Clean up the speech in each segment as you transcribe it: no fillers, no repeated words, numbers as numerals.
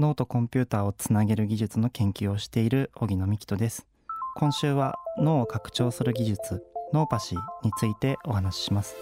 脳とコンピューターをつなげる技術の研究をしている荻野幹人です。今週は脳を拡張する技術ノーパシーについてお話しします。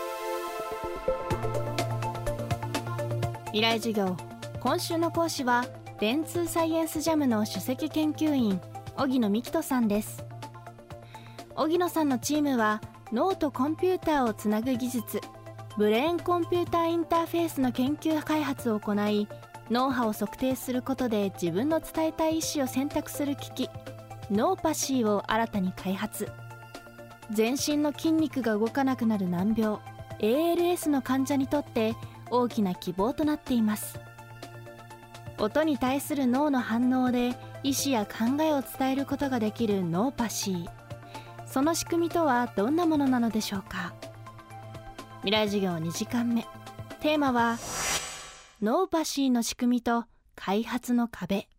未来授業、今週の講師は電通サイエンスジャムの首席研究員荻野幹人さんです。荻野さんのチームは脳とコンピューターをつなぐ技術ブレーンコンピューターインターフェースの研究開発を行い、脳波を測定することで自分の伝えたい意思を選択する機器ノーパシーを新たに開発。全身の筋肉が動かなくなる難病 ALS の患者にとって大きな希望となっています。音に対する脳の反応で意思や考えを伝えることができるノーパシー、その仕組みとはどんなものなのでしょうか。未来授業2時間目、テーマはノーパシーの仕組みと開発の壁。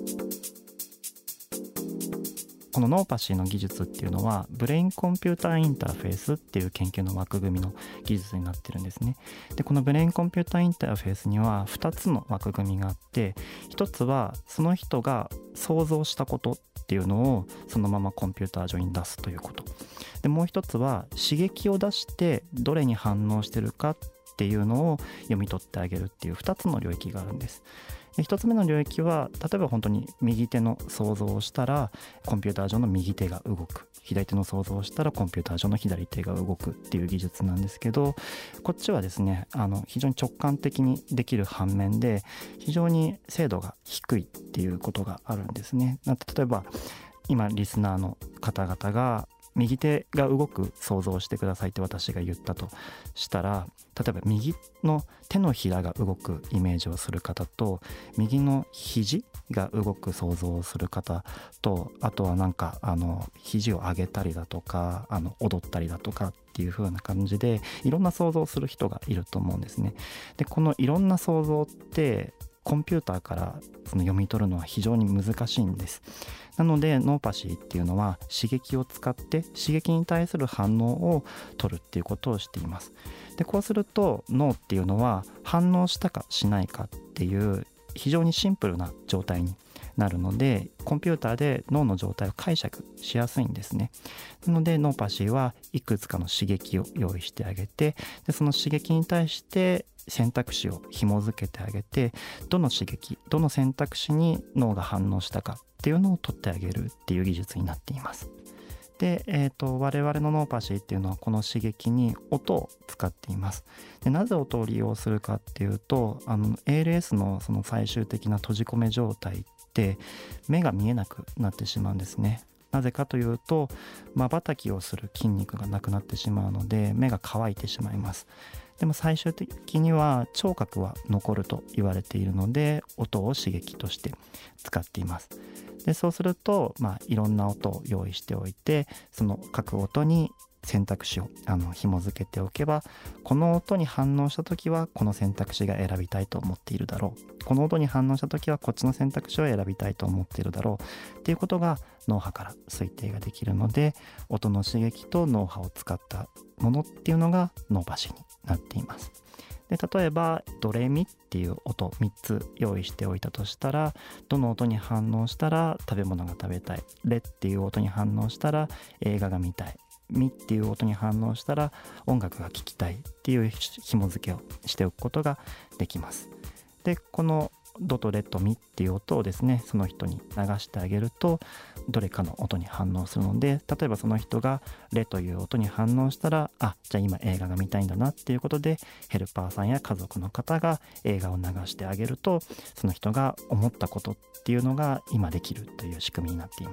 このノーパシーの技術っていうのはブレインコンピューターインターフェースっていう研究の枠組みの技術になってるんですね。でこのブレインコンピューターインターフェースには2つの枠組みがあって、1つはその人が想像したことっていうのをそのままコンピューター上に出すということ。でもう1つは刺激を出してどれに反応してるかっていうのを読み取ってあげるっていう2つの領域があるんです。で1つ目の領域は例えば本当に右手の想像をしたらコンピューター上の右手が動く、左手の想像をしたらコンピューター上の左手が動くっていう技術なんですけど、こっちはですね非常に直感的にできる反面で非常に精度が低いっていうことがあるんですね。例えば今リスナーの方々が右手が動く想像をしてくださいって私が言ったとしたら、例えば右の手のひらが動くイメージをする方と右の肘が動く想像をする方と、あとは肘を上げたりだとか踊ったりだとかっていう風な感じでいろんな想像をする人がいると思うんですね。でこのいろんな想像ってコンピューターから読み取るのは非常に難しいんです。なのでノーパシーっていうのは刺激を使って刺激に対する反応を取るっていうことをしています。でこうすると脳っていうのは反応したかしないかっていう非常にシンプルな状態になるので、コンピューターで脳の状態を解釈しやすいんですね。なのでノーパシーはいくつかの刺激を用意してあげて、でその刺激に対して選択肢を紐付けてあげて、どの刺激どの選択肢に脳が反応したかっていうのを取ってあげるっていう技術になっています。で、我々のノーパシーっていうのはこの刺激に音を使っています。でなぜ音を利用するかっていうとALS のその最終的な閉じ込め状態って目が見えなくなってしまうんですね。なぜかというと瞬きをする筋肉がなくなってしまうので目が乾いてしまいます。でも最終的には聴覚は残ると言われているので音を刺激として使っています。でそうすると、いろんな音を用意しておいて、その各音に選択肢を紐付けておけば、この音に反応した時はこの選択肢が選びたいと思っているだろう、この音に反応した時はこっちの選択肢を選びたいと思っているだろうっていうことが脳波から推定ができるので、音の刺激と脳波を使ったものっていうのがノーパシーになっています。で例えばドレミっていう音3つ用意しておいたとしたら、どの音に反応したら食べ物が食べたい、レっていう音に反応したら映画が見たい、ミっていう音に反応したら音楽が聴きたいっていう紐付けをしておくことができます。でこのドとレとミっていう音をですねその人に流してあげるとどれかの音に反応するので、例えばその人がレという音に反応したらじゃあ今映画が見たいんだなっていうことでヘルパーさんや家族の方が映画を流してあげると、その人が思ったことっていうのが今できるという仕組みになっています。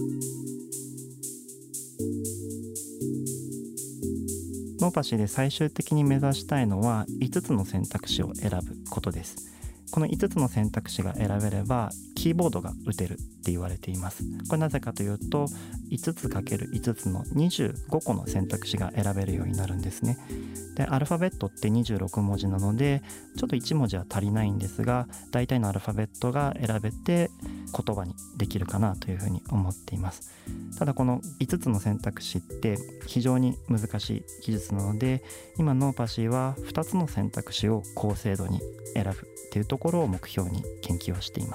ノーパシーで最終的に目指したいのは5つの選択肢を選ぶことです。この5つの選択肢が選べればキーボードが打てるって言われています。これなぜかというと 5つ×5 つの25個の選択肢が選べるようになるんですね。でアルファベットって26文字なのでちょっと1文字は足りないんですが、大体のアルファベットが選べて言葉にできるかなというふうに思っています。ただこの5つの選択肢って非常に難しい技術なので、今ノーパシーは2つの選択肢を高精度に選ぶっていうところを目標に研究をしています。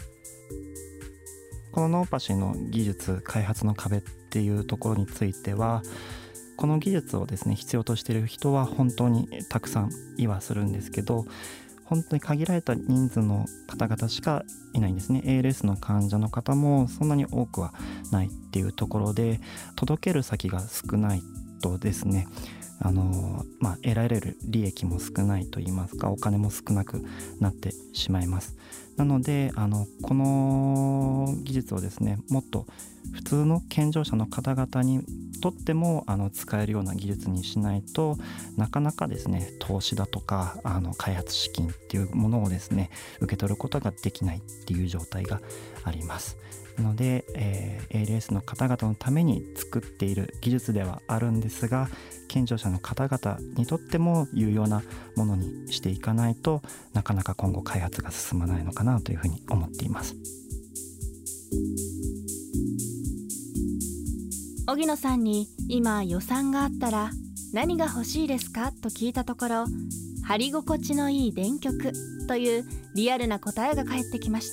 このノーパシーの技術開発の壁っていうところについては、この技術をですね必要としている人は本当にたくさんいはするんですけど、本当に限られた人数の方々しかいないんですね。 ALS の患者の方もそんなに多くはないっていうところで、届ける先が少ないとですね、得られる利益も少ないといいますか、お金も少なくなってしまいます。なのでこの技術をですねもっと普通の健常者の方々にとっても使えるような技術にしないと、なかなかですね投資だとか開発資金っていうものをですね受け取ることができないっていう状態があります。なので、ALS の方々のために作っている技術ではあるんですが、健常者の方々にとっても有用なものにしていかないと、なかなか今後開発が進まないのかなというふうに思っています。 荻野さんに今予算があったら何が欲しいですかと聞いたところ、張り心地のいい電極というリアルな答えが返ってきました。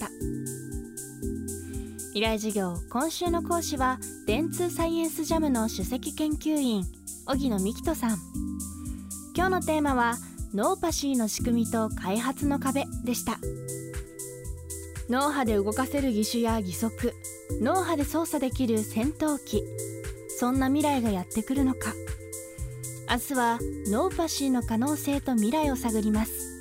未来授業、今週の講師は電通サイエンスジャムの首席研究員荻野幹人さん。今日のテーマはノーパシーの仕組みと開発の壁でした。脳波で動かせる義手や義足、脳波で操作できる戦闘機、そんな未来がやってくるのか。明日はノーパシーの可能性と未来を探ります。